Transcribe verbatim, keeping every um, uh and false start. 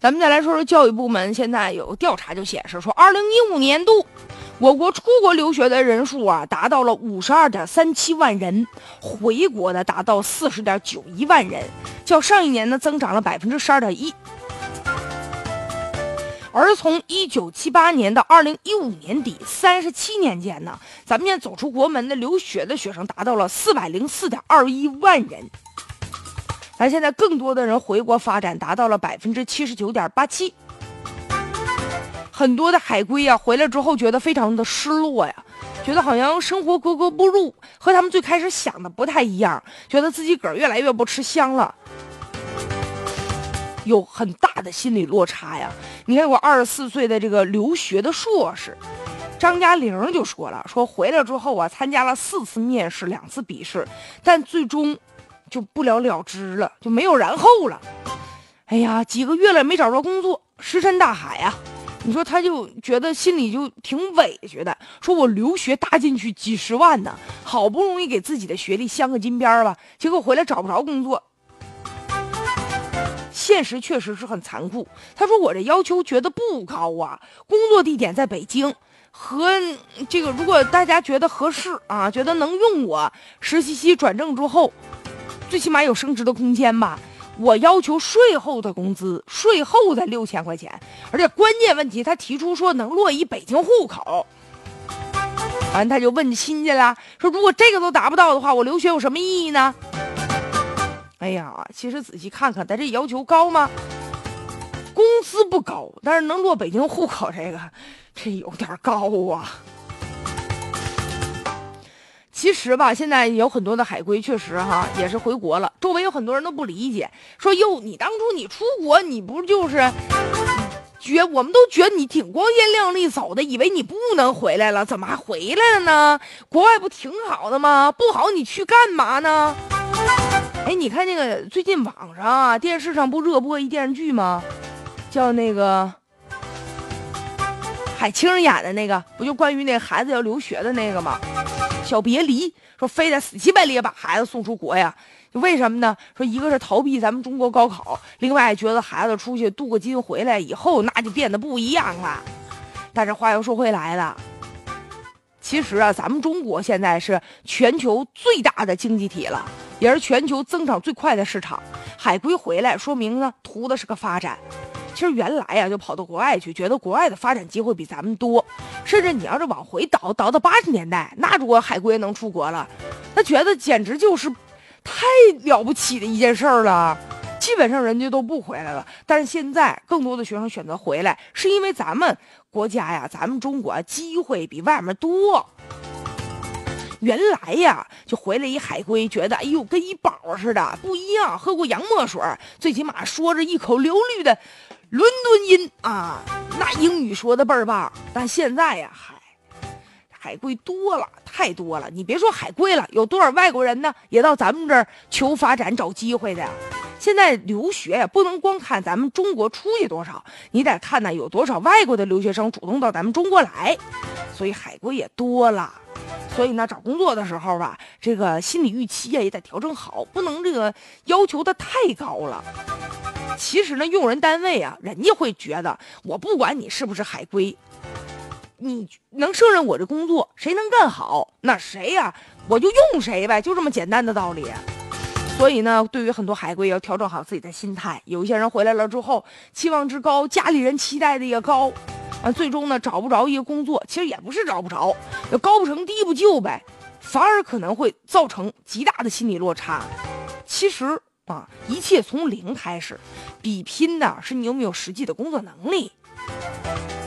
咱们再来说说教育部门，现在有调查就显示说，二零一五年度我国出国留学的人数啊达到了五十二点三七万人，回国的达到四十点九一万人，较上一年呢增长了百分之十二点一。而从一九七八年到二零一五年底，三十七年间呢，咱们现在走出国门的留学的学生达到了四百零四点二一万人。咱现在更多的人回国发展达到了百分之七十九点八七。很多的海归啊回来之后觉得非常的失落呀，觉得好像生活格格不入，和他们最开始想的不太一样，觉得自己个儿越来越不吃香了，有很大的心理落差呀。你看我二十四岁的这个留学的硕士张嘉玲就说了，说回来之后啊参加了四次面试两次笔试，但最终就不了了之了，就没有然后了。哎呀，几个月了没找着工作，石沉大海啊。你说他就觉得心里就挺委屈的，说我留学搭进去几十万呢，好不容易给自己的学历镶个金边吧，结果回来找不着工作。现实确实是很残酷。他说我这要求觉得不高啊，工作地点在北京，和这个如果大家觉得合适啊，觉得能用我，实习期转正之后最起码有升职的空间吧。我要求税后的工资，税后的六千块钱，而且关键问题他提出说能落一北京户口。完他就问亲戚了，说如果这个都达不到的话，我留学有什么意义呢？哎呀，其实仔细看看，他这要求高吗？工资不高，但是能落北京户口，这个这有点高啊。其实吧，现在有很多的海归确实哈也是回国了，周围有很多人都不理解，说哟，你当初你出国，你不就是觉我们都觉得你挺光鲜亮丽走的，以为你不能回来了，怎么还回来了呢？国外不挺好的吗？不好你去干嘛呢？哎，你看那个最近网上啊电视上不热播一电视剧吗？叫那个海清演的那个，不就关于那孩子要留学的那个吗？小别离，说非得死乞白咧把孩子送出国呀，为什么呢？说一个是逃避咱们中国高考，另外觉得孩子出去镀个金回来以后那就变得不一样了。但是话又说回来了，其实啊咱们中国现在是全球最大的经济体了，也是全球增长最快的市场。海归回来说明呢图的是个发展。其实原来呀、啊、就跑到国外去，觉得国外的发展机会比咱们多，甚至你要是往回倒倒到八十年代，那如果海归能出国了，那觉得简直就是太了不起的一件事儿了。基本上人家都不回来了，但是现在更多的学生选择回来，是因为咱们国家呀，咱们中国机会比外面多。原来呀，就回来一海归，觉得哎呦跟一宝似的，不一样，喝过洋墨水，最起码说着一口流利的伦敦音啊，那英语说的倍儿棒。但现在呀，海海归多了，太多了。你别说海归了，有多少外国人呢，也到咱们这儿求发展、找机会的呀。现在留学呀，不能光看咱们中国出去多少，你得看呢有多少外国的留学生主动到咱们中国来，所以海归也多了。所以呢，找工作的时候吧，这个心理预期啊也得调整好，不能这个要求的太高了。其实呢，用人单位啊，人家会觉得我不管你是不是海归，你能胜任我这工作，谁能干好，那谁呀、啊，我就用谁呗，就这么简单的道理。所以呢，对于很多海归要调整好自己的心态。有一些人回来了之后，期望值高，家里人期待的也高。啊，最终呢找不着一个工作，其实也不是找不着，就高不成低不就呗，反而可能会造成极大的心理落差。其实啊，一切从零开始，比拼的是你有没有实际的工作能力。